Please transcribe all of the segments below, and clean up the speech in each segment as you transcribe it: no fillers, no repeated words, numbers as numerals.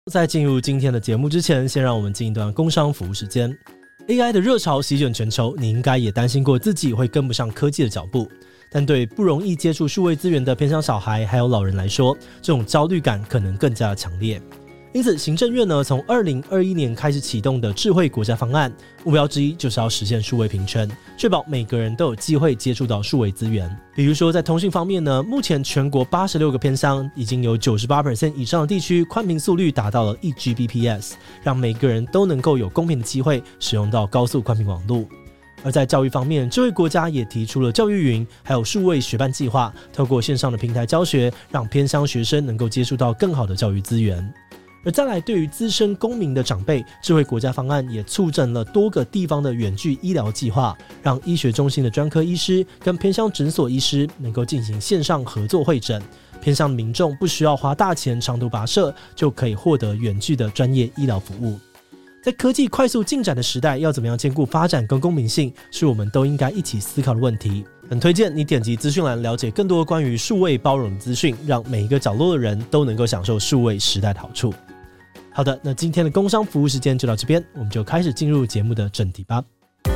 在进入今天的节目之前，先让我们进一段工商服务时间。AI 的热潮席卷全球，你应该也担心过自己会跟不上科技的脚步。但对不容易接触数位资源的偏乡小孩还有老人来说，这种焦虑感可能更加强烈。因此，行政院从2021年开始启动的智慧国家方案，目标之一就是要实现数位平权，确保每个人都有机会接触到数位资源。比如说，在通讯方面目前全国86个偏乡已经有 98% 以上的地区宽频速率达到了1Gbps， 让每个人都能够有公平的机会使用到高速宽频网络。而在教育方面，智慧国家也提出了教育云还有数位学伴计划，透过线上的平台教学，让偏乡学生能够接触到更好的教育资源。而再来，对于资深公民的长辈，智慧国家方案也促成了多个地方的远距医疗计划，让医学中心的专科医师跟偏乡诊所医师能够进行线上合作会诊，偏乡民众不需要花大钱长途跋涉，就可以获得远距的专业医疗服务。在科技快速进展的时代，要怎么样兼顾发展跟公平性，是我们都应该一起思考的问题。很推荐你点击资讯栏了解更多关于数位包容的资讯，让每一个角落的人都能够享受数位时代的好处。好的，那今天的工商服务时间就到这边，我们就开始进入节目的正题吧。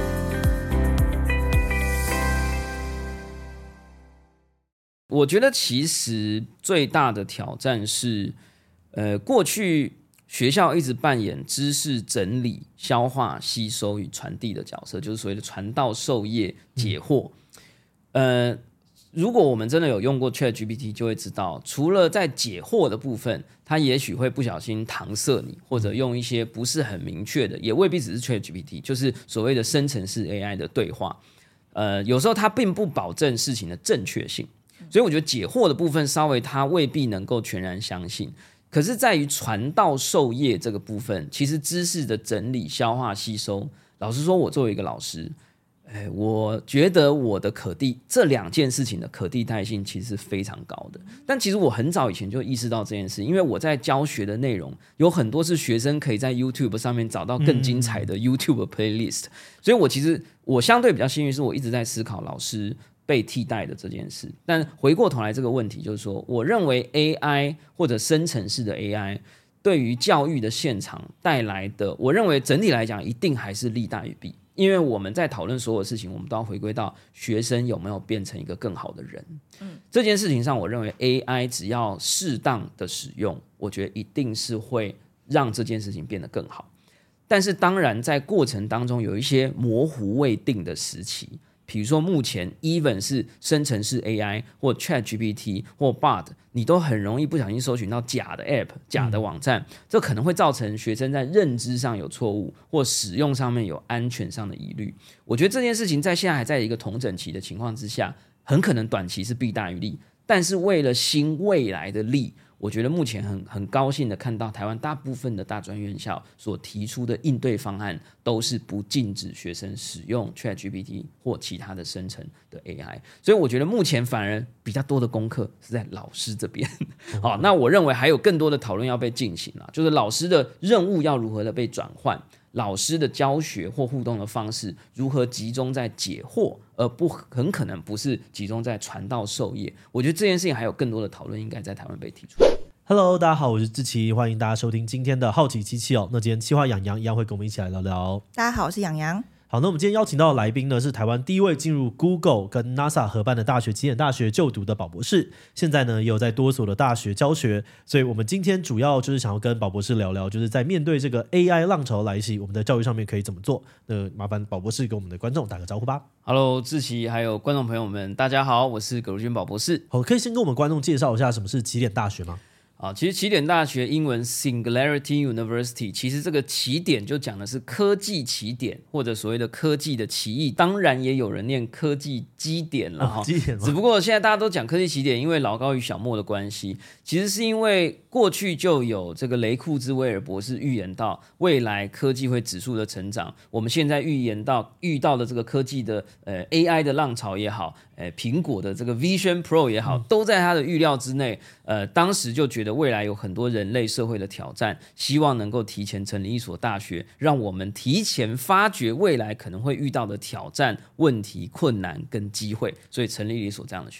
我觉得其实最大的挑战是，过去学校一直扮演知识整理、消化、吸收与传递的角色，就是所谓的传道授业解惑。如果我们真的有用过 ChatGPT， 就会知道，除了在解惑的部分，它也许会不小心搪塞你，或者用一些不是很明确的，也未必只是 ChatGPT， 就是所谓的生成式 AI 的对话。有时候它并不保证事情的正确性，所以我觉得解惑的部分稍微它未必能够全然相信。可是在于传道授业这个部分，其实知识的整理、消化、吸收，老实说，我作为一个老师，我觉得我的这两件事情的可替代性其实是非常高的。但其实我很早以前就意识到这件事，因为我在教学的内容有很多是学生可以在 YouTube 上面找到更精彩的 YouTube playlist，所以我相对比较幸运，是我一直在思考老师被替代的这件事。但回过头来这个问题就是说，我认为 AI 或者生成式的 AI 对于教育的现场带来的，我认为整体来讲一定还是利大于弊。因为我们在讨论所有事情，我们都要回归到学生有没有变成一个更好的人。这件事情上，我认为 AI 只要适当的使用，我觉得一定是会让这件事情变得更好。但是当然在过程当中有一些模糊未定的时期，比如说目前 even 是生成式 AI 或 ChatGPT 或 Bard， 你都很容易不小心搜寻到假的 App、假的网站，这可能会造成学生在认知上有错误，或使用上面有安全上的疑虑。我觉得这件事情在现在还在一个统整期的情况之下，很可能短期是弊大于利，但是为了新未来的利，我觉得目前很高兴的看到台湾大部分的大专院校所提出的应对方案都是不禁止学生使用 ChatGPT 或其他的生成的 AI， 所以我觉得目前反而比较多的功课是在老师这边。好，那我认为还有更多的讨论要被进行啦，就是老师的任务要如何的被转换，老师的教学或互动的方式如何集中在解惑，而很可能不是集中在传道授业。我觉得这件事情还有更多的讨论应该在台湾被提出。 Hello， 大家好，我是志祺，欢迎大家收听今天的好奇机器哦。那今天企划洋洋一样会跟我们一起来聊聊。 大家好，我是洋洋。 好，那我们今天邀请到的来宾呢，是台湾第一位进入 Google 跟 NASA 合办的大学起点大学就读的宝博士，现在呢也有在多所的大学教学，所以我们今天主要就是想要跟宝博士聊聊，就是在面对这个 AI 浪潮来袭，我们在教育上面可以怎么做。那麻烦宝博士跟我们的观众打个招呼吧。 Hello， 志祺还有观众朋友们，大家好，我是葛如君宝博士。 好，可以先跟我们观众介绍一下什么是起点大学吗？ 其实起点大学英文 Singularity University， 其实这个起点就讲的是科技起点，或者所谓的科技的起义，当然也有人念科技基点了基点， 只不过现在大家都讲科技起点，因为老高与小莫的关系，其实是因为过去就有这个雷库兹威尔博士预言到未来科技会指数的成长，我们现在遇到的这个科技的AI 的浪潮也好，苹果的这个 Vision Pro 也好，都在他的预料之内。当时就觉得未来有很多人类社会的挑战，希望能够提前成立一所大学，让我们提前发掘未来可能会遇到的挑战、问题、困难跟机会，所以成立了一所这样的学校。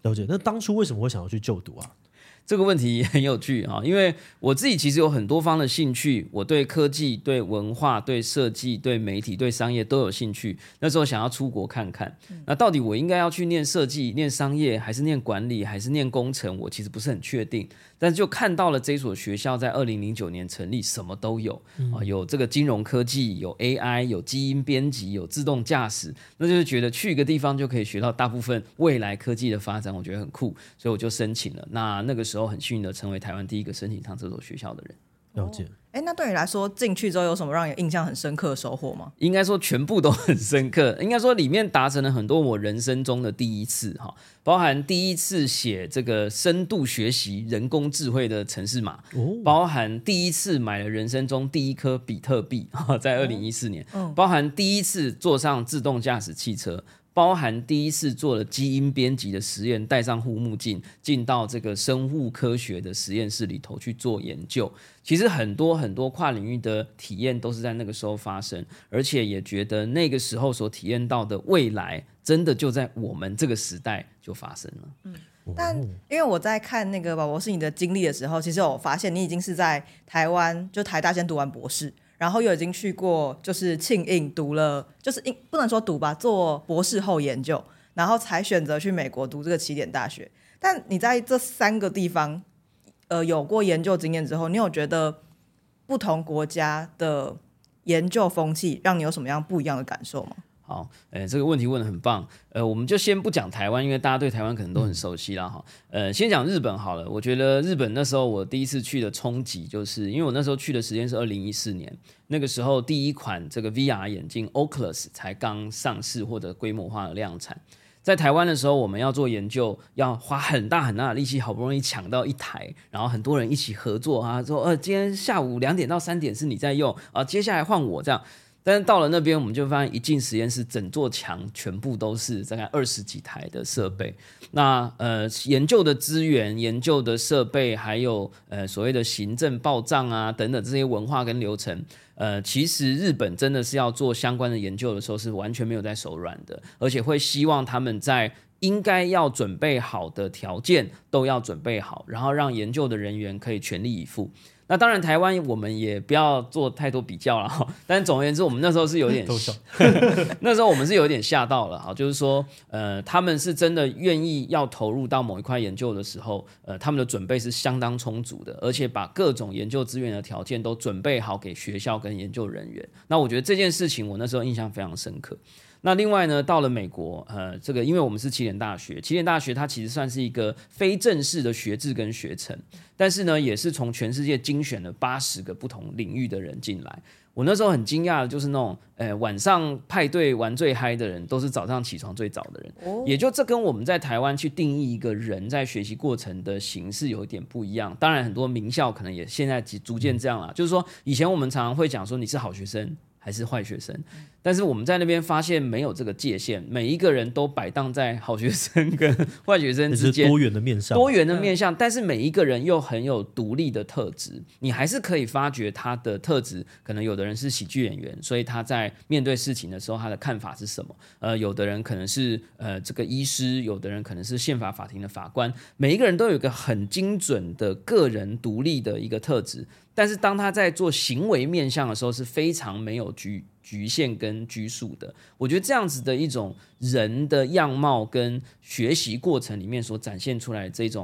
了解。那当初为什么会想要去就读啊？ 这个问题很有趣啊，因为我自己其实有很多方的兴趣，我对科技、对文化、对设计、对媒体、对商业都有兴趣。那时候想要出国看看，那到底我应该要去念设计、念商业，还是念管理，还是念工程？我其实不是很确定。但是就看到了这所学校在2009年成立，什么都有啊，有这个金融科技，有 AI， 有基因编辑，有自动驾驶，那就是觉得去一个地方就可以学到大部分未来科技的发展，我觉得很酷，所以我就申请了。那个时候很幸运的成为台湾第一个申请上这所学校的人。 了解。 那对你来说进去之后有什么让你印象很深刻的收获吗？ 应该说全部都很深刻，应该说里面达成了很多我人生中的第一次，包含第一次写这个深度学习人工智慧的程式码，包含第一次买了人生中第一颗比特币，在2014年，包含第一次坐上自动驾驶汽车，包含第一次做了基因编辑的实验，戴上护目镜进到这个生物科学的实验室里头去做研究。其实很多很多跨领域的体验都是在那个时候发生，而且也觉得那个时候所体验到的未来真的就在我们这个时代就发生了。 但因为我在看那个宝博士你的经历的时候，其实我发现你已经是在台湾就台大先读完博士，然后又已经去过就是庆应读了，就是不能说读吧，做博士后研究，然后才选择去美国读这个起点大学。但你在这3个地方有过研究经验之后，你有觉得不同国家的研究风气让你有什么样不一样的感受吗？ 好，这个问题问得很棒。我们就先不讲台湾，因为大家对台湾可能都很熟悉啦。先讲日本好了。我觉得日本那时候我第一次去的冲击，就是因为我那时候去的时间是2014年，那个时候第一款这个 VR 眼镜 Oculus 才刚上市或者规模化的量产。在台湾的时候，我们要做研究，要花很大很大的力气，好不容易抢到一台，然后很多人一起合作啊，说今天下午2点到3点是你在用啊，接下来换我这样。但是到了那边，我们就发现一进实验室，整座墙全部都是大概20几台的设备。那研究的资源、研究的设备，还有所谓的行政报账啊等等这些文化跟流程，其实日本真的是要做相关的研究的时候，是完全没有在手软的，而且会希望他们在应该要准备好的条件都要准备好，然后让研究的人员可以全力以赴。那当然，台湾我们也不要做太多比较了，但总而言之，我们那时候是有点那时候我们是有点吓到了，就是说，他们是真的愿意要投入到某一块研究的时候，他们的准备是相当充足的，而且把各种研究资源的条件都准备好给学校跟研究人员。那我觉得这件事情我那时候印象非常深刻。那另外呢，到了美国，这个因为我们是起点大学，起点大学它其实算是一个非正式的学制跟学程，但是呢，也是从全世界精选了80个不同领域的人进来。我那时候很惊讶的就是那种，晚上派对玩最嗨的人，都是早上起床最早的人。也就这跟我们在台湾去定义一个人在学习过程的形式有一点不一样。当然，很多名校可能也现在逐渐这样啦，就是说以前我们常常会讲说你是好学生还是坏学生，但是我们在那边发现没有这个界限，每一个人都摆荡在好学生跟坏学生之间， 多元的面向， 但是每一个人又很有独立的特质，你还是可以发掘他的特质。可能有的人是喜剧演员，所以他在面对事情的时候，他的看法是什么？有的人可能是这个医师，有的人可能是宪法法庭的法官，每一个人都有一个很精准的个人独立的一个特质。但是当他在做行为面向的时候，是非常没有局限跟拘束的。我觉得这样子的一种人的样貌跟学习过程里面所展现出来的这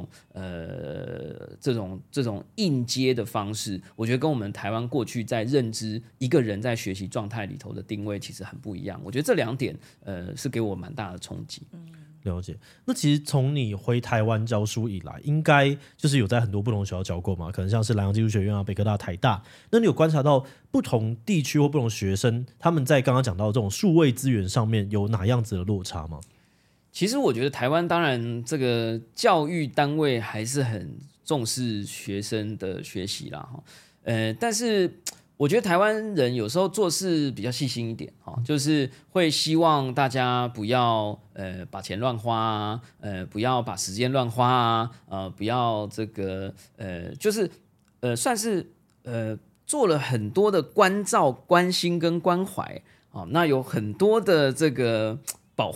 种应接的方式，我觉得跟我们台湾过去在认知一个人在学习状态里头的定位其实很不一样。我觉得这2点是给我蛮大的冲击。 了解。那其实从你回台湾教书以来，应该就是有在很多不同的学校教过嘛，可能像是南洋技术学院啊、北科大、台大。那你有观察到不同地区或不同学生他们在刚刚讲到的这种数位资源上面有哪样子的落差吗？ 其实我觉得台湾当然这个教育单位还是很重视学生的学习啦，但是我觉得台湾人有时候做事比较细心一点，就是会希望大家不要把钱乱花啊，不要把时间乱花啊，不要这个就是算是做了很多的关照、关心跟关怀，那有很多的这个保护。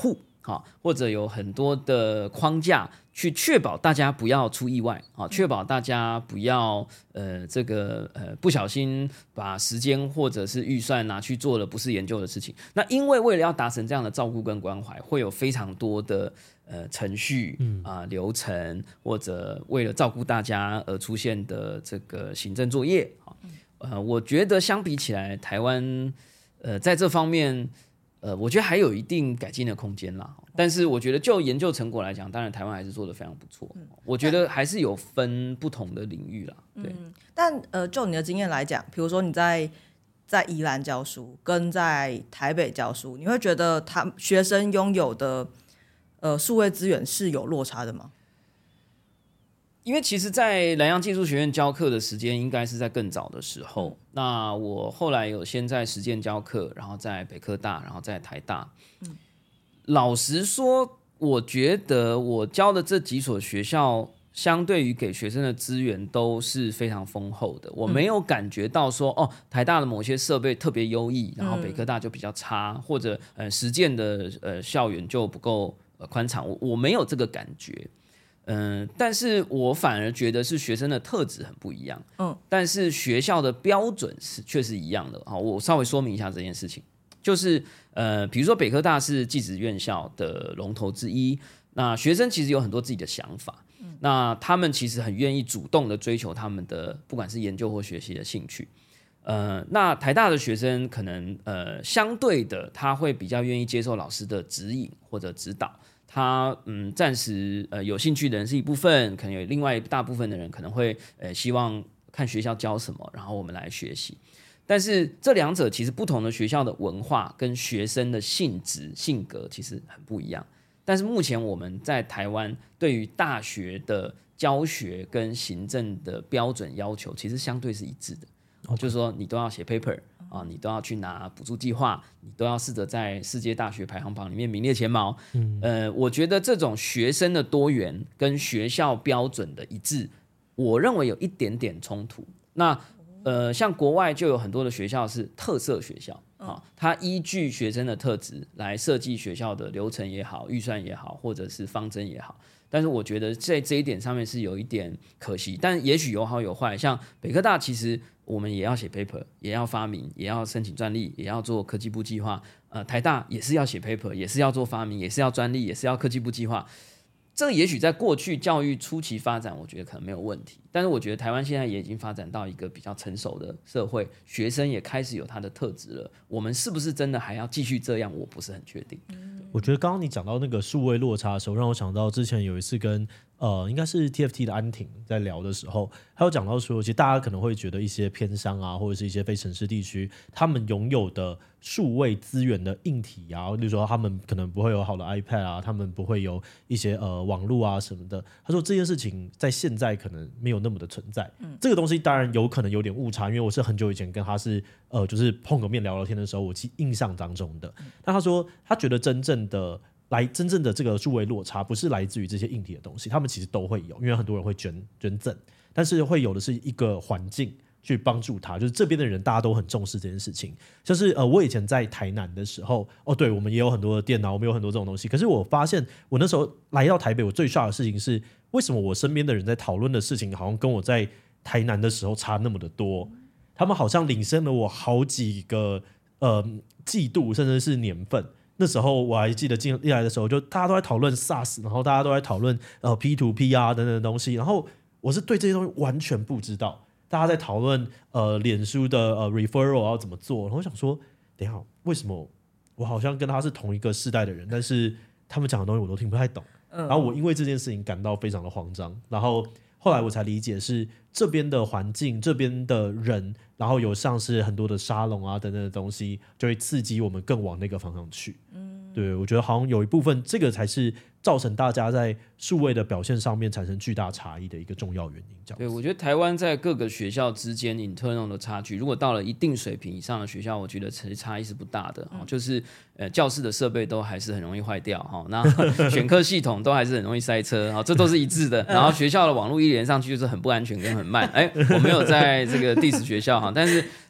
或者有很多的框架去确保大家不要出意外，确保大家不要不小心把时间或者是预算拿去做了不是研究的事情。那因为为了要达成这样的照顾跟关怀，会有非常多的程序流程，或者为了照顾大家而出现的这个行政作业。我觉得相比起来，台湾在这方面。我觉得还有一定改进的空间啦，但是我觉得就研究成果来讲，当然台湾还是做得非常不错。我觉得还是有分不同的领域啦。对， 但就你的经验来讲，比如说你在宜兰教书，跟在台北教书，你会觉得学生拥有的数位资源是有落差的吗？ 因为其实在南洋技术学院教课的时间应该是在更早的时候，那我后来有先在实践教课，然后在北科大，然后在台大。老实说，我觉得我教的这几所学校相对于给学生的资源都是非常丰厚的，我没有感觉到说台大的某些设备特别优异，然后北科大就比较差，或者实践的校园就不够宽敞，我没有这个感觉。但是我反而觉得是学生的特质很不一样，但是学校的标准却是一样的。好，我稍微说明一下这件事情，就是比如说北科大是技职院校的龙头之一，那学生其实有很多自己的想法，那他们其实很愿意主动的追求他们的不管是研究或学习的兴趣。那台大的学生可能相对的他会比较愿意接受老师的指引或者指导。他暂时有兴趣的人是一部分，可能有另外一大部分的人可能会希望看学校教什么，然后我们来学习。但是这两者其实不同的学校的文化跟学生的性质性格其实很不一样。但是目前我们在台湾对于大学的教学跟行政的标准要求其实相对是一致的。就是说你都要写 paper 你都要去拿补助计划，你都要试着在世界大学排行榜里面名列前茅。我觉得这种学生的多元跟学校标准的一致，我认为有一点点冲突。那像国外就有很多的学校是特色学校，它依据学生的特质来设计学校的流程也好，预算也好，或者是方针也好。但是我觉得在这一点上面是有一点可惜，但也许有好有坏。像北科大其实我们也要写 paper， 也要发明，也要申请专利，也要做科技部计划。台大也是要写 paper， 也是要做发明，也是要专利，也是要科技部计划。这也许在过去教育初期发展，我觉得可能没有问题。但是我觉得台湾现在也已经发展到一个比较成熟的社会，学生也开始有他的特质了。我们是不是真的还要继续这样？我不是很确定。 我觉得刚刚你讲到那个数位落差的时候，让我想到之前有一次跟应该是 TFT 的安婷在聊的时候，还有讲到说，其实大家可能会觉得一些偏乡啊，或者是一些非城市地区，他们拥有的数位资源的硬体啊，例如说他们可能不会有好的 iPad 啊，他们不会有一些网络啊什么的。他说这件事情在现在可能没有那么的存在。这个东西当然有可能有点误差，因为我是很久以前跟他是就是碰个面聊聊天的时候，我印象当中的。但他说他觉得真正的这个数位落差不是来自于这些硬体的东西，他们其实都会有，因为很多人会捐赠，但是会有的是一个环境去帮助他，就是这边的人大家都很重视这件事情。就是我以前在台南的时候，对，我们也有很多的电脑，我们有很多这种东西。可是我发现我那时候来到台北，我最shock的事情是，为什么我身边的人在讨论的事情，好像跟我在台南的时候差那么的多？他们好像领先了我好几个季度，甚至是年份。那时候我还记得进来的时候，就大家都在讨论 SaaS， 然后大家都在讨论P2P 啊等等的东西，然后我是对这些东西完全不知道。大家在讨论脸书的referral 要怎么做，然后我想说，等一下为什么我好像跟他是同一个世代的人，但是他们讲的东西我都听不太懂。然后我因为这件事情感到非常的慌张，然后后来我才理解是这边的环境，这边的人，然后有像是很多的沙龙啊等等的东西，就会刺激我们更往那个方向去。对，我觉得好像有一部分这个才是造成大家在数位的表现上面产生巨大差异的一个重要原因。 对，我觉得台湾在各个学校之间 internal 的差距，如果到了一定水平以上的学校，我觉得其实差异是不大的。就是教室的设备都还是很容易坏掉，那选课系统都还是很容易塞车，这都是一致的。然后学校的网络一连上去就是很不安全跟很慢。我没有在这个 diss 学校，但是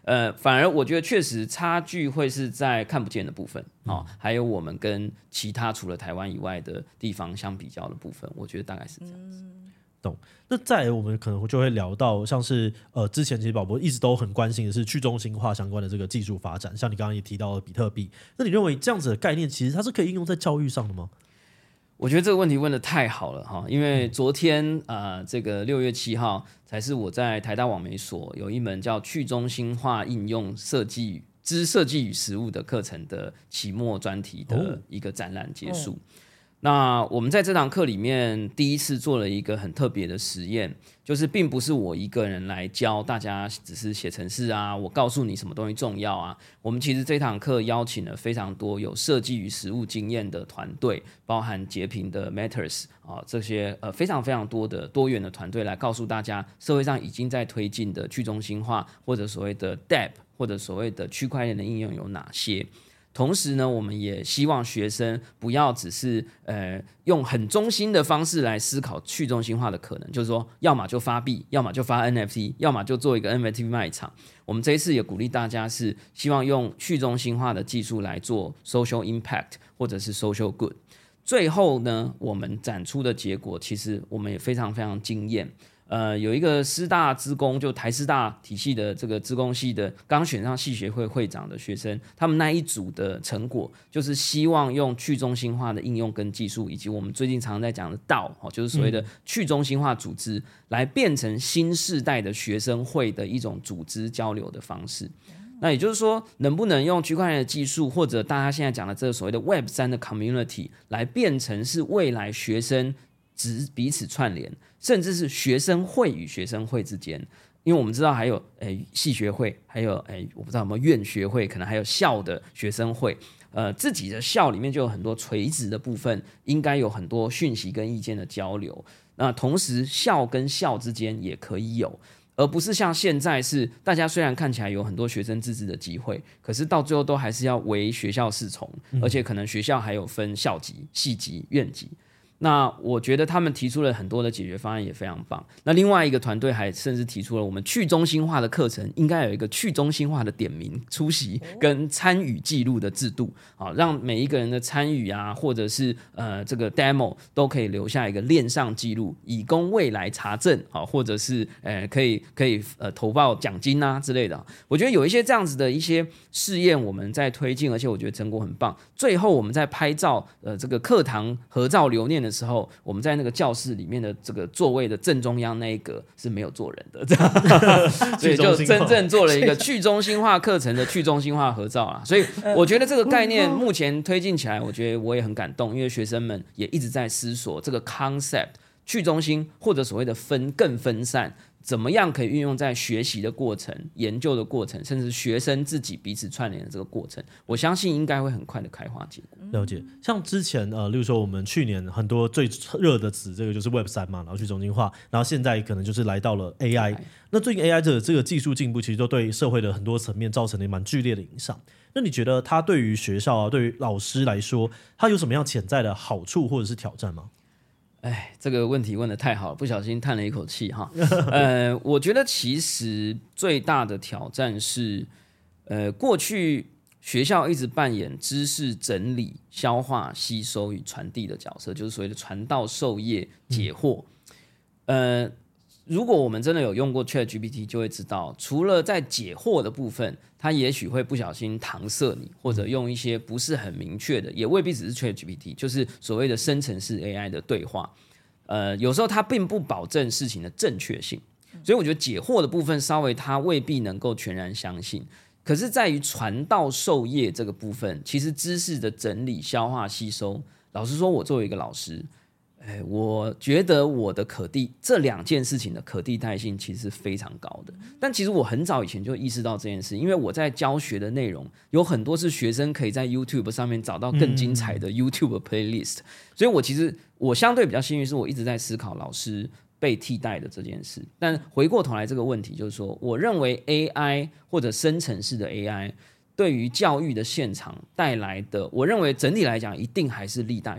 反而我觉得确实差距会是在看不见的部分还有我们跟其他除了台湾以外的地方相比较的部分，我觉得大概是这样子。 懂。那再来我们可能就会聊到像是之前其实宝博一直都很关心的是去中心化相关的这个技术发展，像你刚刚也提到了比特币，那你认为这样子的概念其实它是可以应用在教育上的吗？ 我觉得这个问题问得太好了哈，因为昨天这个6月7号才是我在台大网媒所有一门叫去中心化应用设计与实务的课程的期末专题的一个展览结束。那我们在这堂课里面第一次做了一个很特别的实验，就是并不是我一个人来教大家只是写程式啊，我告诉你什么东西重要啊。我们其实这堂课邀请了非常多有设计与实务经验的团队，包含截屏的 Matters 这些非常非常多的多元的团队来告诉大家社会上已经在推进的去中心化或者所谓的 DApp 或者所谓的区块链的应用有哪些。同时呢，我们也希望学生不要只是用很中心的方式来思考去中心化的可能，就是说，要么就发币，要么就发 NFT， 要么就做一个 NFT 卖场。我们这一次也鼓励大家是希望用去中心化的技术来做 social impact 或者是 social good。最后呢，我们展出的结果其实我们也非常非常惊艳。有一个师大资工，就台师大体系的这个资工系的刚选上系学会会长的学生，他们那一组的成果就是希望用去中心化的应用跟技术，以及我们最近常常在讲的DAO，就是所谓的去中心化组织，来变成新世代的学生会的一种组织交流的方式。那也就是说，能不能用区块链的技术，或者大家现在讲的这个所谓的 Web3 的 community， 来变成是未来学生彼此串联，甚至是学生会与学生会之间，因为我们知道还有系学会，还有我不知道有没有院学会，可能还有校的学生会，自己的校里面就有很多垂直的部分，应该有很多讯息跟意见的交流。那同时校跟校之间也可以有，而不是像现在是大家虽然看起来有很多学生自治的机会，可是到最后都还是要唯学校适从，而且可能学校还有分校级、系级、院级。那我觉得他们提出了很多的解决方案，也非常棒。那另外一个团队还甚至提出了我们去中心化的课程应该有一个去中心化的点名、出席跟参与记录的制度，让每一个人的参与啊，或者是这个 demo 都可以留下一个链上记录，以供未来查证，或者是可以投报奖金啊之类的。我觉得有一些这样子的一些试验我们在推进，而且我觉得成果很棒。最后我们在拍照这个课堂合照留念的时候，我们在那个教室里面的这个座位的正中央那一格是没有坐人的，这样所以就真正做了一个去中心化课程的去中心化合照啦。所以我觉得这个概念目前推进起来，我觉得我也很感动，因为学生们也一直在思索这个 concept 去中心或者所谓的更分散，怎么样可以运用在学习的过程、研究的过程，甚至学生自己彼此串联的这个过程，我相信应该会很快的开花结果。 了解，像之前例如说我们去年很多最热的词，这个就是 Web3 嘛，然后去中心化，然后现在可能就是来到了 AI。那最近 AI 这个技术进步，其实都对社会的很多层面造成了蛮剧烈的影响。那你觉得它对于学校啊，对于老师来说，它有什么样潜在的好处或者是挑战吗？ 这个问题问得太好了，不小心叹了一口气哈。我觉得其实最大的挑战是，过去学校一直扮演知识整理、消化、吸收与传递的角色，就是所谓的传道授业解惑。如果我们真的有用过 ChatGPT， 就会知道，除了在解惑的部分，它也许会不小心搪塞你，或者用一些不是很明确的，也未必只是 ChatGPT， 就是所谓的生成式 AI 的对话。有时候它并不保证事情的正确性，所以我觉得解惑的部分稍微它未必能够全然相信。可是在于传道授业这个部分，其实知识的整理、消化、吸收，老实说，我作为一个老师，我觉得我的这两件事情的可替代性其实是非常高的。但其实我很早以前就意识到这件事，因为我在教学的内容有很多是学生可以在 YouTube 上面找到更精彩的 YouTube playlist，所以我相对比较幸运，是我一直在思考老师被替代的这件事。但回过头来这个问题，就是说，我认为 AI 或者生成式的 AI 对于教育的现场带来的，我认为整体来讲一定还是利大于弊。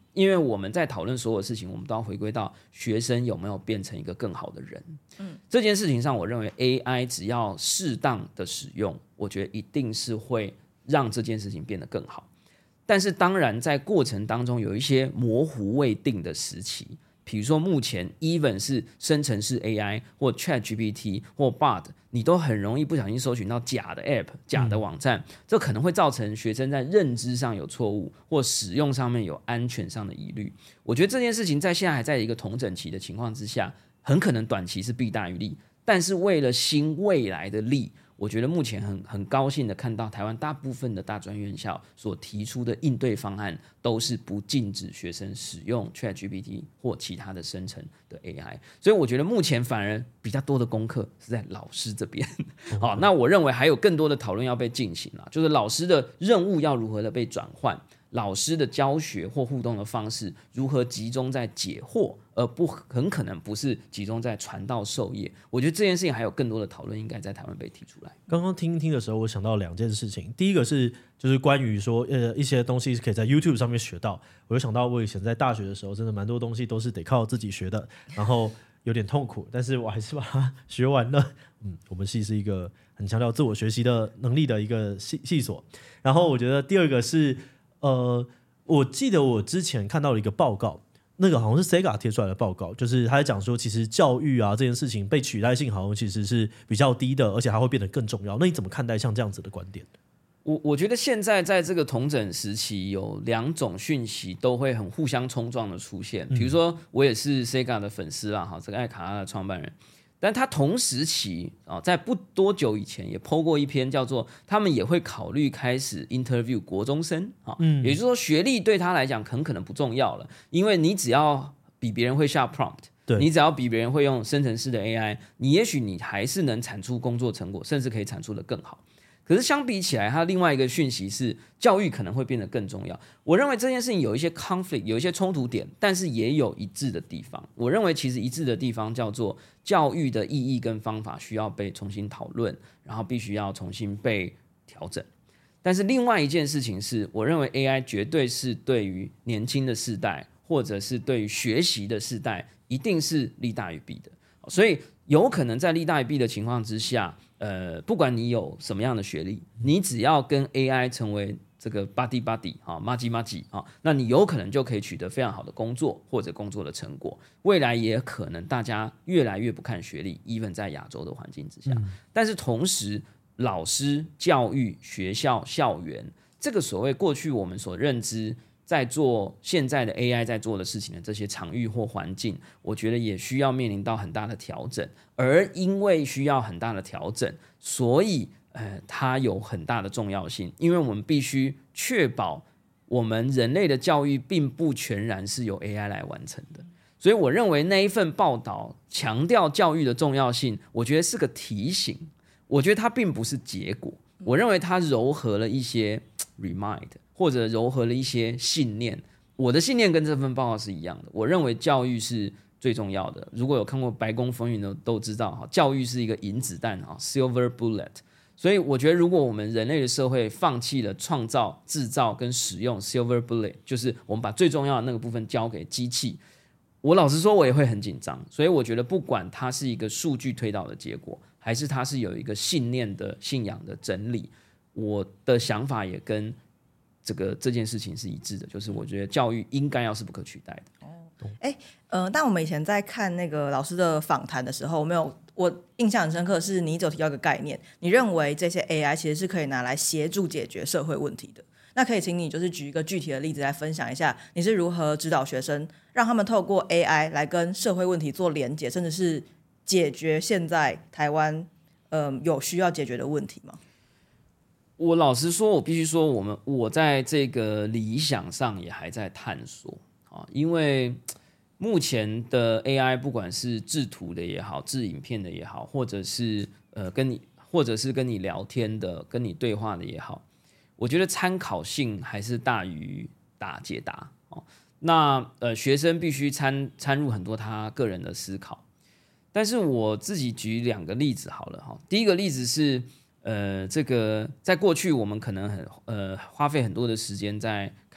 因为我们在讨论所有事情，我们都要回归到学生有没有变成一个更好的人。这件事情上，我认为 AI 只要适当的使用，我觉得一定是会让这件事情变得更好。但是当然，在过程当中有一些模糊未定的时期。比如说，目前 even 是生成式 AI 或 ChatGPT 或 Bard， 你都很容易不小心搜寻到假的 App、假的网站，这可能会造成学生在认知上有错误，或使用上面有安全上的疑虑。我觉得这件事情在现在还在一个统整期的情况之下，很可能短期是弊大于利，但是为了新未来的利。我觉得目前很高兴的看到台湾大部分的大专院校所提出的应对方案都是不禁止学生使用 ChatGPT 或其他的生成的 AI， 所以我觉得目前反而比较多的功课是在老师这边。好，那我认为还有更多的讨论要被进行啦，就是老师的任务要如何的被转换，老师的教学或互动的方式如何集中在解惑，而很可能不是集中在传道授业。我觉得这件事情还有更多的讨论应该在台湾被提出来。 刚刚听的时候，我想到2件事情。第一个是就是关于说一些东西是可以在 YouTube 上面学到，我就想到我以前在大学的时候，真的蛮多东西都是得靠自己学的，然后有点痛苦，但是我还是把它学完了。我们系是一个很强调自我学习的能力的一个系所。然后我觉得第二个是我记得我之前看到了一个报告，那个好像是 Sega 贴出来的报告，就是他在讲说，其实教育啊这件事情被取代性好像其实是比较低的，而且还会变得更重要。那你怎么看待像这样子的观点？ 我觉得现在在这个统整时期，有2种讯息都会很互相冲撞的出现。比如说，我也是 Sega 的粉丝啦，这个艾卡拉的创办人。但他同时期在不多久以前也 po 过一篇叫做他们也会考虑开始 interview 国中生，也就是说学历对他来讲很可能不重要了，因为你只要比别人会下 prompt， 你只要比别人会用生成式的 AI， 你也许你还是能产出工作成果，甚至可以产出的更好。可是相比起来，它另外一个讯息是教育可能会变得更重要。我认为这件事情有一些 conflict， 有一些冲突点，但是也有一致的地方。我认为其实一致的地方叫做教育的意义跟方法需要被重新讨论，然后必须要重新被调整。但是另外一件事情是，我认为 AI 绝对是对于年轻的世代，或者是对于学习的世代，一定是利大于弊的。所以有可能在利大于弊的情况之下，不管你有什么样的学历，你只要跟 AI 成为这个 buddy buddy 麻吉那你有可能就可以取得非常好的工作或者工作的成果。未来也可能大家越来越不看学历 ，even 在亚洲的环境之下。但是同时，老师、教育、学校、校园，这个所谓过去我们所认知在做现在的 AI 在做的事情的这些场域或环境，我觉得也需要面临到很大的调整。而因为需要很大的调整，所以它有很大的重要性，因为我们必须确保我们人类的教育并不全然是由 AI 来完成的。所以我认为那一份报道强调教育的重要性，我觉得是个提醒，我觉得它并不是结果。我认为它糅合了一些 remind， 或者糅合了一些信念。我的信念跟这份报告是一样的，我认为教育是最重要的。如果有看过《白宫风云》的都知道，教育是一个银子弹 silver bullet。所以我觉得，如果我们人类的社会放弃了创造、制造跟使用 silver bullet， 就是我们把最重要的那个部分交给机器，我老实说，我也会很紧张。所以我觉得，不管它是一个数据推导的结果，还是它是有一个信念的信仰的整理，我的想法也跟这件事情是一致的，就是我觉得教育应该要是不可取代的。 但我们以前在看那个老师的访谈的时候，我印象很深刻的是，你只有提到一个概念，你认为这些 AI 其实是可以拿来协助解决社会问题的。那可以请你就是举一个具体的例子来分享一下，你是如何指导学生，让他们透过 AI 来跟社会问题做连结，甚至是解决现在台湾有需要解决的问题吗？ 我老实说，我必须说，我在这个理想上也还在探索啊，因为目前的 AI 不管是制图的也好，制影片的也好，或者是跟你聊天的、跟你对话的也好，我觉得参考性还是大于解答哦。那学生必须参入很多他个人的思考，但是我自己举2个例子好了哈。第一个例子是这个在过去我们可能花费很多的时间在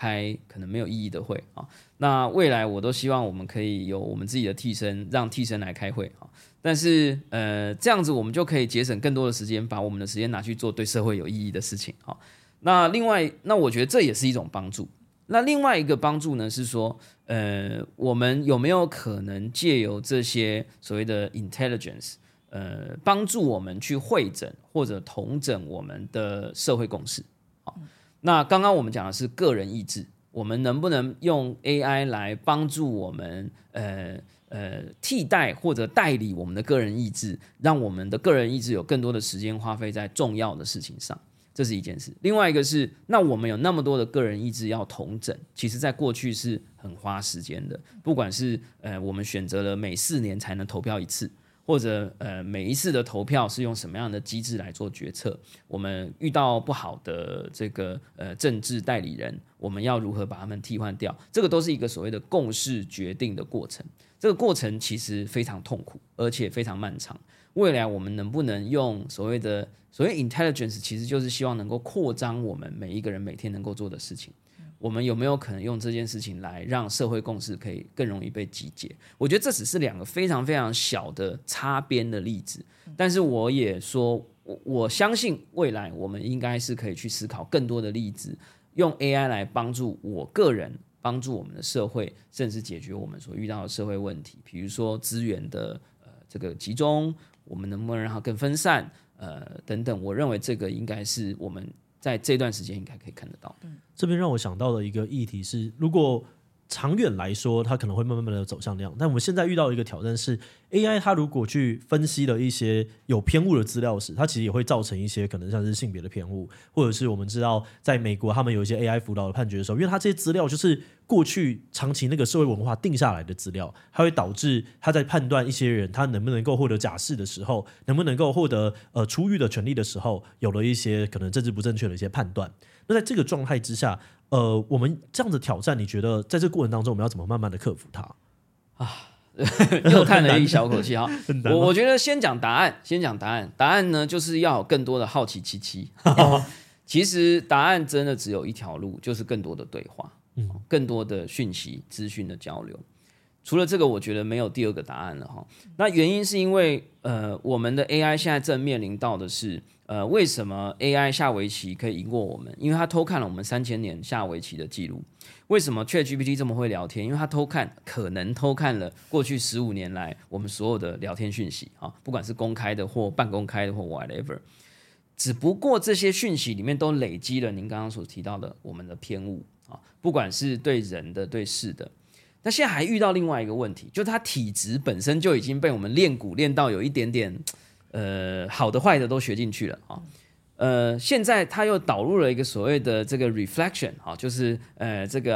开可能没有意义的会啊。那未来我都希望我们可以有我们自己的替身，让替身来开会啊。但是这样子我们就可以节省更多的时间，把我们的时间拿去做对社会有意义的事情啊。那另外，那我觉得这也是一种帮助。那另外一个帮助呢是说，我们有没有可能借由这些所谓的 intelligence，帮助我们去汇整或者统整我们的社会共识？好，那刚刚我们讲的是个人意志，我们能不能用 AI 来帮助我们替代或者代理我们的个人意志，让我们的个人意志有更多的时间花费在重要的事情上？这是一件事。另外一个是，那我们有那么多的个人意志要统整，其实在过去是很花时间的。不管是我们选择了每4年才能投票一次，或者每一次的投票是用什么样的机制来做决策，我们遇到不好的这个政治代理人，我们要如何把他们替换掉？这个都是一个所谓的共识决定的过程。这个过程其实非常痛苦，而且非常漫长。未来我们能不能用所谓 intelligence， 其实就是希望能够扩张我们每一个人每天能够做的事情。我们有没有可能用这件事情来让社会共识可以更容易被集结？我觉得这只是2个非常非常小的擦边的例子，但是我也说，我相信未来我们应该是可以去思考更多的例子，用 AI 来帮助我个人，帮助我们的社会，甚至解决我们所遇到的社会问题，比如说资源的这个集中，我们能不能让它更分散，等等。我认为这个应该是我们在这段时间应该可以看得到的。 这边让我想到的一个议题是，如果长远来说，它可能会慢慢的走向那样。但我们现在遇到一个挑战是 ，AI 它如果去分析了一些有偏误的资料时，它其实也会造成一些可能像是性别的偏误，或者是我们知道在美国他们有一些 AI 辅导的判决的时候，因为它这些资料就是过去长期那个社会文化定下来的资料，它会导致他在判断一些人他能不能够获得假释的时候，能不能够获得出狱的权利的时候，有了一些可能政治不正确的一些判断。那在这个状态之下，我们这样的挑战，你觉得在这个过程当中，我们要怎么慢慢的克服它啊？ 又叹了一小口气哈。我觉得先讲答案，答案呢就是要有更多的好奇七。其实答案真的只有一条路，就是更多的对话，更多的讯息资讯的交流。除了这个，我觉得没有第2个答案了哈。那原因是因为我们的 AI 现在正面临到的是为什么 AI 下围棋可以赢过我们？因为它偷看了我们3000年下围棋的记录。为什么 ChatGPT 这么会聊天？因为它可能偷看了过去15年来我们所有的聊天讯息啊，不管是公开的或半公开的或 whatever。只不过这些讯息里面都累积了您刚刚所提到的我们的偏误啊，不管是对人的对事的。那现在还遇到另外一个问题，就是它体质本身就已经被我们练蛊练到有一点点好的坏的都学进去了啊。现在它又导入了一个所谓的这个 reflection 啊，就是这个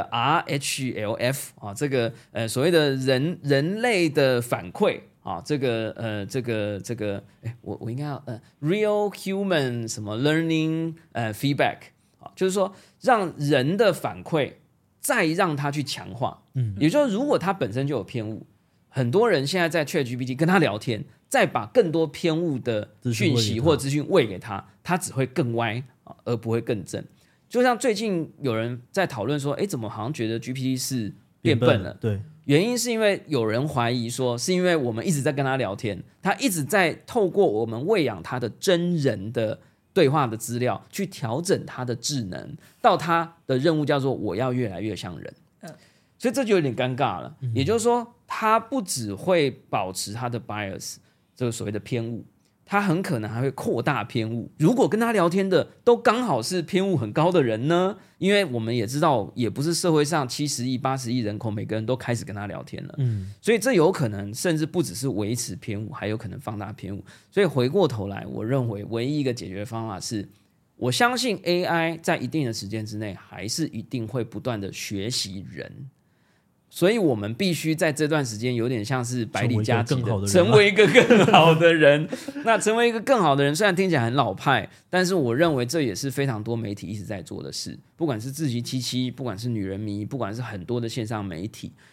RHLF 啊，这个所谓的人类的反馈啊，这个我应该要real human 什么 learning feedback 啊，就是说让人的反馈再让它去强化，也就是如果它本身就有偏误，很多人现在在 ChatGPT 跟他聊天，再把更多偏误的讯息或资讯喂给他，他只会更歪而不会更正。就像最近有人在讨论说，怎么好像觉得 GPT 是变笨了？ 对， 原因是因为有人怀疑说，是因为我们一直在跟他聊天，他一直在透过我们喂养他的真人的对话的资料去调整他的智能，到他的任务叫做我要越来越像人。所以这就有点尴尬了。也就是说，他不只会保持他的 bias， 这个所谓的偏误，他很可能还会扩大偏误。如果跟他聊天的都刚好是偏误很高的人呢？因为我们也知道，也不是社会上70亿、80亿人口每个人都开始跟他聊天了。所以这有可能甚至不只是维持偏误，还有可能放大偏误。所以回过头来，我认为唯一一个解决方法是，我相信 AI 在一定的时间之内，还是一定会不断的学习人。所以我们必须在这段时间有点像是百里加急的成为一个更好的人。那成为一个更好的人，虽然听起来很老派，但是我认为这也是非常多媒体一直在做的事。不管是志祺七七，不管是女人迷，不管是很多的线上媒体，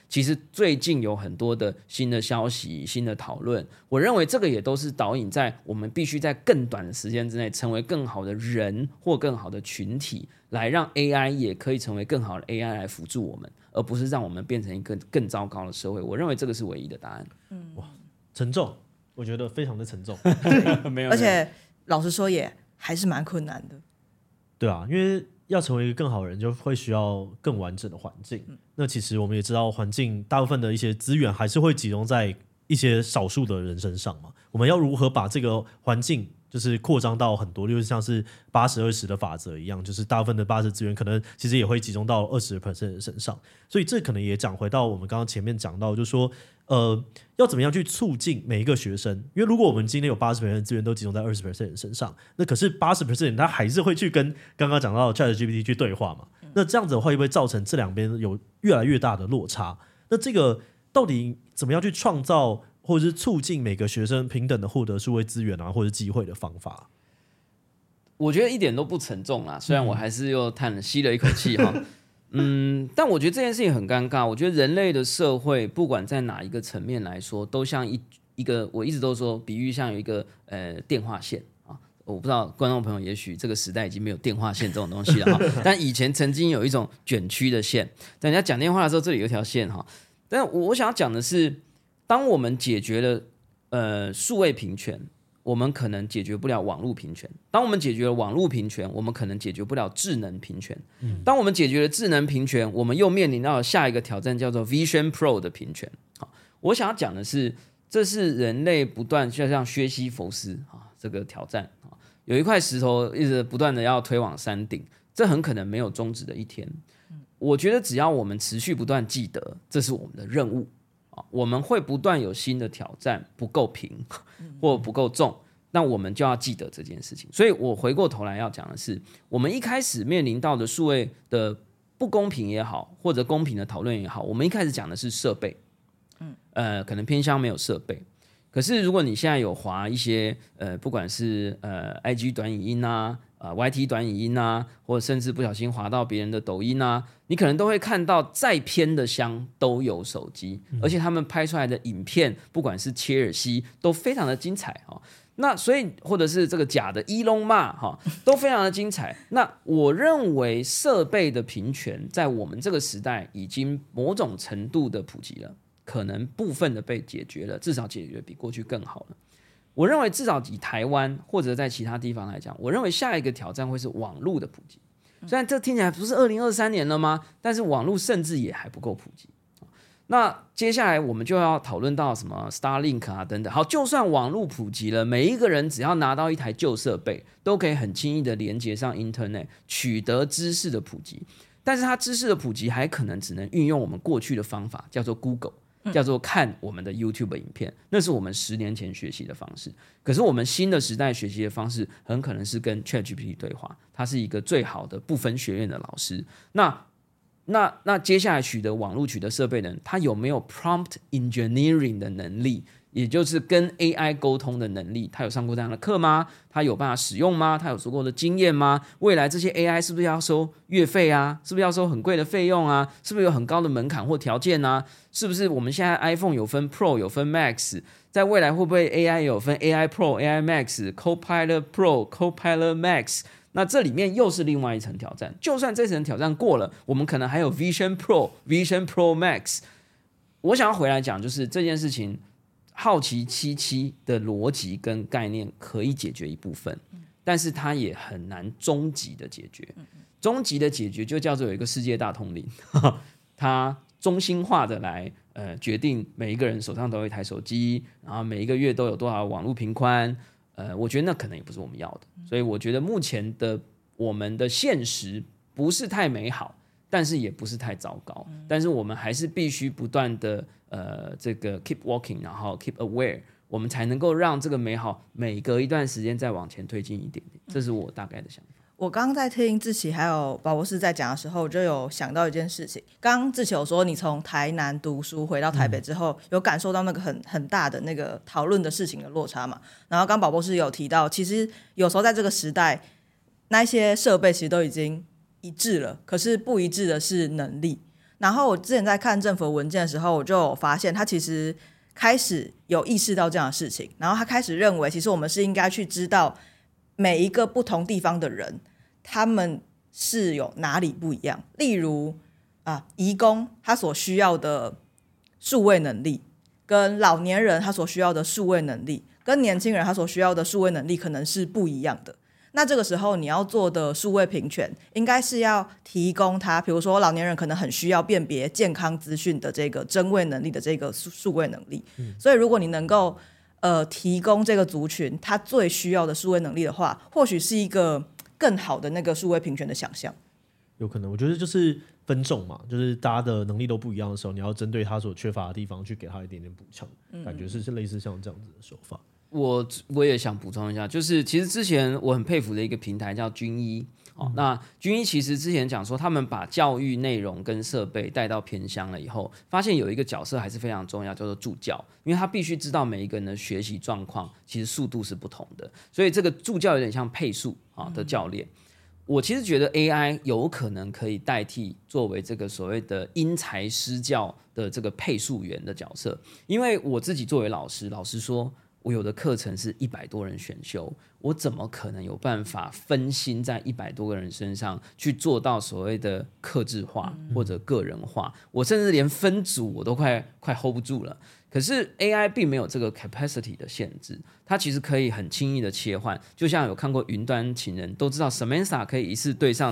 其实最近有很多的新的消息、新的讨论，我认为这个也都是导引在我们必须在更短的时间之内成为更好的人或更好的群体，来让 AI 也可以成为更好的 AI 来辅助我们，而不是让我们变成一个更糟糕的社会。我认为这个是唯一的答案。 哇，沉重，我觉得非常的沉重。 没有， 而且老实说也还是蛮困难的。 对啊，因为要成为一个更好的人，就会需要更完整的环境。那其实我们也知道，环境大部分的一些资源还是会集中在一些少数的人身上嘛。我们要如何把这个环境就是扩张到很多，就是像是80-20的法则一样，就是大部分的80资源可能其实也会集中到20% 的身上。所以这可能也讲回到我们刚刚前面讲到，就是说要怎么样去促进每一个学生？因为如果我们今天有80% 的资源都集中在20% 人身上，那可是80% 人他还是会去跟刚刚讲到的 ChatGPT 去对话嘛？那这样子的话，会不会造成这两边有越来越大的落差？那这个到底怎么样去创造或者是促进每个学生平等的获得数位资源啊，或者机会的方法？ 我觉得一点都不沉重啦，虽然我还是又吸了一口气哈。但我觉得这件事情很尴尬。我觉得人类的社会，不管在哪一个层面来说，都像一个，我一直都说，比喻像有一个电话线啊。我不知道观众朋友，也许这个时代已经没有电话线这种东西了哈。但以前曾经有一种卷曲的线，在人家讲电话的时候，这里有一条线哈。但我想要讲的是，当我们解决了数位平权，我们可能解决不了网络平权。当我们解决了网络平权，我们可能解决不了智能平权。当我们解决了智能平权，我们又面临到下一个挑战，叫做 Vision Pro 的平权。我想要讲的是，这是人类不断就像薛西弗斯这个挑战，有一块石头一直不断的要推往山顶，这很可能没有终止的一天。我觉得只要我们持续不断记得，这是我们的任务。我们会不断有新的挑战，不够平或不够重，那我们就要记得这件事情。所以我回过头来要讲的是，我们一开始面临到的数位的不公平也好，或者公平的讨论也好，我们一开始讲的是设备，可能偏向没有设备。可是如果你现在有滑一些不管是IG 短影音啊YT 短影音啊，或者甚至不小心滑到别人的抖音啊，你可能都会看到再偏的乡都有手机，而且他们拍出来的影片，不管是切尔西都非常的精彩那所以或者是这个假的Elon Musk都非常的精彩。那我认为设备的平权在我们这个时代已经某种程度的普及了，可能部分的被解决了，至少解决比过去更好了。我认为至少以台湾或者在其他地方来讲，我认为下一个挑战会是网络的普及。虽然这听起来不是2023年了吗？但是网络甚至也还不够普及。那接下来我们就要讨论到什么 Starlink 啊等等。好，就算网络普及了，每一个人只要拿到一台旧设备，都可以很轻易的连接上 Internet， 取得知识的普及。但是它知识的普及还可能只能运用我们过去的方法，叫做 Google。叫做看我们的 YouTube 影片，那是我们10年前学习的方式。可是我们新的时代学习的方式，很可能是跟 ChatGPT 对话，他是一个最好的不分学院的老师。那接下来取得网络取得设备的人，他有没有 prompt engineering 的能力？也就是跟 AI 沟通的能力，他有上过这样的课吗？他有办法使用吗？他有足够的经验吗？未来这些 AI 是不是要收月费啊？是不是要收很贵的费用啊？是不是有很高的门槛或条件啊？是不是我们现在 iPhone 有分 Pro 有分 Max， 在未来会不会 AI 有分 AI Pro、AI Max、Copilot Pro、Copilot Max？ 那这里面又是另外一层挑战。就算这层挑战过了，我们可能还有 Vision Pro、Vision Pro Max。我想要回来讲，就是这件事情。好奇77的逻辑跟概念可以解决一部分，但是它也很难终极的解决。终极的解决就叫做有一个世界大通灵，它中心化的来决定每一个人手上都有一台手机，然后每一个月都有多少网络频宽。我觉得那可能也不是我们要的，所以我觉得目前的我们的现实不是太美好，但是也不是太糟糕。但是我们还是必须不断的这个 keep walking， 然后 keep aware， 我们才能够让这个美好每隔一段时间再往前推进一点点。这是我大概的想法。 我刚刚在听志祺还有宝博士在讲的时候，我就有想到一件事情。刚刚志祺有说，你从台南读书回到台北之后，有感受到那个很大的那个讨论的事情的落差嘛？然后刚宝博士有提到，其实有时候在这个时代，那一些设备其实都已经一致了，可是不一致的是能力。 然后我之前在看政府文件的时候，我就有发现他其实开始有意识到这样的事情，然后他开始认为其实我们是应该去知道每一个不同地方的人他们是有哪里不一样，例如移工他所需要的数位能力跟老年人他所需要的数位能力跟年轻人他所需要的数位能力可能是不一样的。那这个时候你要做的数位平权应该是要提供他，比如说老年人可能很需要辨别健康资讯的这个真伪能力的这个数位能力，所以如果你能够提供这个族群他最需要的数位能力的话，或许是一个更好的那个数位平权的想象。 有可能我觉得就是分众嘛，就是大家的能力都不一样的时候，你要针对他所缺乏的地方去给他一点点补强，感觉是类似像这样子的手法。 我也想补充一下，就是其实之前我很佩服的一个平台叫军医。那军医其实之前讲说，他们把教育内容跟设备带到偏乡了以后，发现有一个角色还是非常重要，叫做助教，因为他必须知道每一个人的学习状况其实速度是不同的，所以这个助教有点像配速的教练。我其实觉得 AI 有可能可以代替作为这个所谓的因材施教的这个配速员的角色，因为我自己作为老师，老实说，我有的课程是100多人选修，我怎么可能有办法分心在100多个人身上去做到所谓的客制化或者个人化？我甚至连分组我都快 hold 不住了。可是 AI 并没有这个 capacity 的限制，它其实可以很轻易的切换，就像有看过云端情人都知道 Samantha 可以一次对上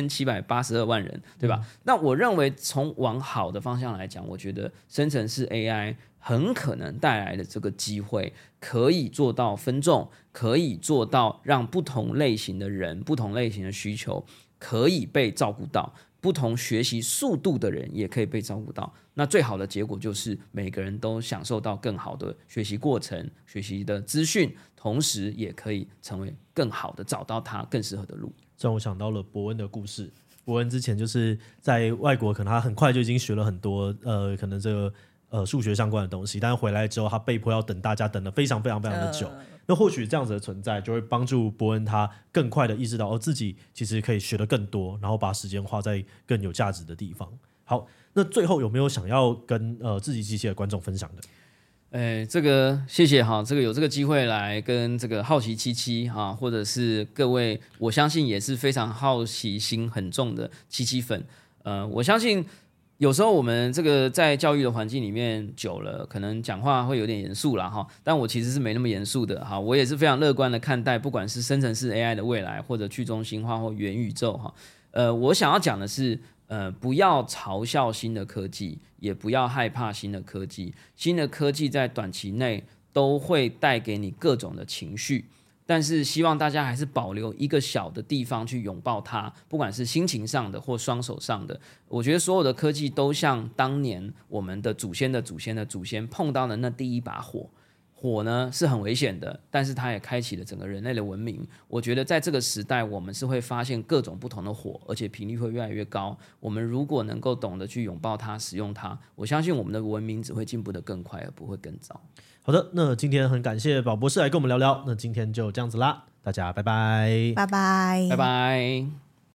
3782万人，对吧？那我认为从往好的方向来讲，我觉得生成式 AI 很可能带来的这个机会，可以做到分众，可以做到让不同类型的人、不同类型的需求可以被照顾到，不同学习速度的人也可以被照顾到。那最好的结果就是每个人都享受到更好的学习过程、学习的资讯，同时也可以成为更好的找到他更适合的路。 让我想到了伯恩的故事。伯恩之前就是在外国，可能他很快就已经学了很多可能这个数学相关的东西，但是回来之后他被迫要等大家等了非常非常非常的久。那或许这样子的存在就会帮助伯恩他更快的意识到自己其实可以学得更多，然后把时间花在更有价值的地方。好，那最后有没有想要跟志祺七七的观众分享的？ 这个谢谢哈，这个有这个机会来跟这个好奇七七哈，或者是各位，我相信也是非常好奇心很重的七七粉。我相信有时候我们这个在教育的环境里面久了，可能讲话会有点严肃啦哈，但我其实是没那么严肃的哈，我也是非常乐观的看待，不管是生成式 AI 的未来，或者去中心化或元宇宙哈。我想要讲的是。不要嘲笑新的科技，也不要害怕新的科技。新的科技在短期内都会带给你各种的情绪，但是希望大家还是保留一个小的地方去拥抱它，不管是心情上的或双手上的。我觉得所有的科技都像当年我们的祖先的祖先的祖先碰到的那第一把火。火呢是很危险的，但是它也开启了整个人类的文明。我觉得在这个时代，我们是会发现各种不同的火，而且频率会越来越高。我们如果能够懂得去拥抱它、使用它，我相信我们的文明只会进步得更快，而不会更糟。 好的，那今天很感谢宝博士来跟我们聊聊，那今天就这样子啦，大家拜拜， 拜拜， 拜拜。